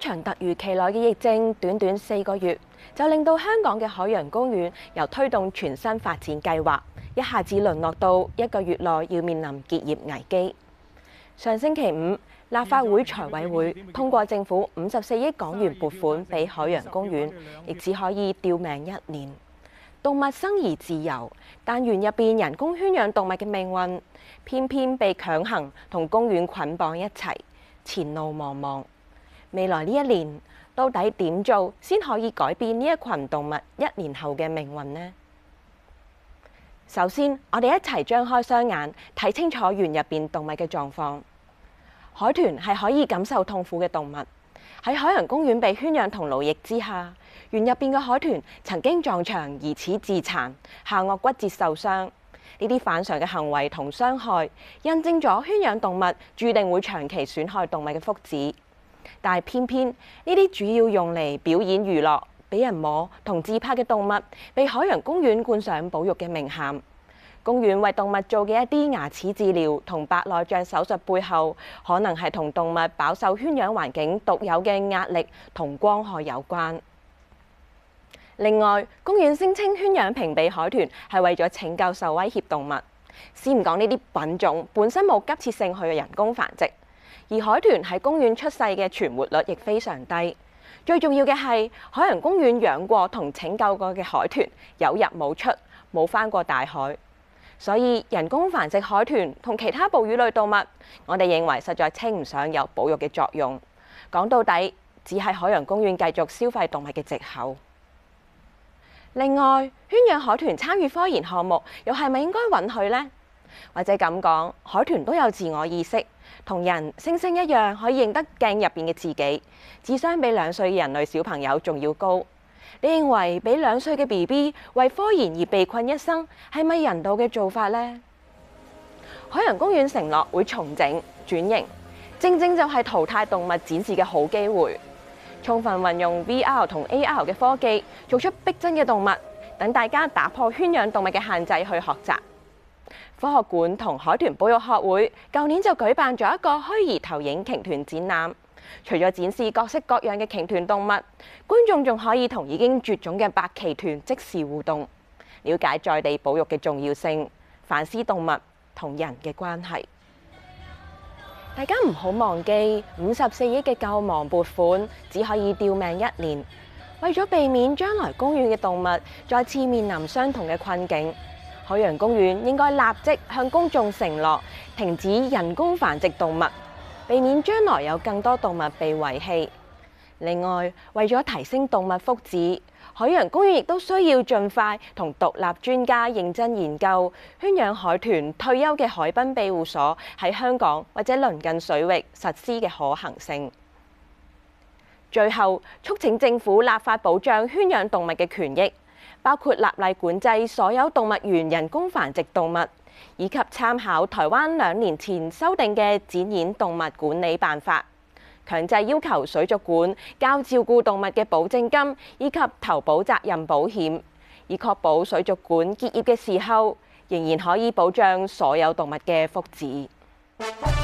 場突如其來嘅疫症，短短4個月就令到香港嘅海洋公園由推動全新發展計劃，一下子淪落到1個月內要面臨結業危機。上星期五，立法會財委會通過政府54億港元撥款俾海洋公園，亦只可以吊命1年。動物生而自由，但園入邊人工圈養動物嘅命運，偏偏被強行同公園捆綁一齊，前路茫茫。未來呢1年，到底點做先可以改變呢一群動物1年後嘅命運呢？首先，我哋一齊張開雙眼，睇清楚園入邊動物嘅狀況。海豚係可以感受痛苦嘅動物，喺海洋公園被圈養同奴役之下，園入邊嘅海豚曾經撞牆疑似自殘，下顎骨折受傷。呢啲反常嘅行為同傷害，印證咗圈養動物注定會長期損害動物嘅福祉。但係偏偏呢啲主要用嚟表演娛樂、俾人摸同自拍嘅動物，被海洋公園冠上保育嘅名銜。公園為動物做嘅一啲牙齒治療同白內障手術背後，可能係同動物飽受圈養環境獨有嘅壓力同光害有關。另外，公園聲稱圈養瓶鼻海豚係為咗拯救受威脅動物。先唔講呢啲品種本身冇急切性去人工繁殖，而海豚喺公園出世嘅存活率亦非常低。最重要嘅係，海洋公園養過同拯救過嘅海豚有入冇出，冇返過大海。所以人工繁殖海豚同其他哺乳類動物，我哋認為實在稱唔上有保育嘅作用。講到底，只係海洋公園繼續消費動物嘅藉口。另外，圈養海豚參與科研項目，又係咪應該允許呢？或者咁講，海豚都有自我意識，同人猩猩一樣，可以認得鏡入邊嘅自己，智商比2歲嘅人類小朋友仲要高。你認為俾2歲嘅 BB 為科研而被困一生，係咪人道嘅做法呢？海洋公園承諾會重整轉型，正正就係淘汰動物展示嘅好機會。充分運用 VR 同 AR 嘅科技，做出逼真嘅動物，等大家打破圈養動物嘅限制去學習。科學館同海豚保育學會舊年就舉辦咗一個虛擬投影鯨豚展覽，除咗展示各式各樣嘅鯨豚動物，觀眾仲可以同已經絕種嘅白鰭豚即時互動，了解在地保育嘅重要性，反思動物同人嘅關係。大家唔好忘記54億嘅救亡撥款只可以吊命1年，為咗避免將來公園嘅動物再次面臨相同嘅困境，海洋公園應該立即向公眾承諾停止人工繁殖動物，避免將來有更多動物被遺棄。另外，為咗提升動物福祉，海洋公園亦都需要盡快同獨立專家認真研究圈養海豚退休嘅海濱庇護所喺香港或者鄰近水域實施嘅可行性。最後，促請政府立法保障圈養動物嘅權益，包括立例管制所有動物園人工繁殖動物，以及參考台灣2年前修訂嘅展演動物管理辦法，強制要求水族館交照顧動物嘅保證金，以及投保責任保險，以確保水族館結業嘅時候，仍然可以保障所有動物嘅福祉。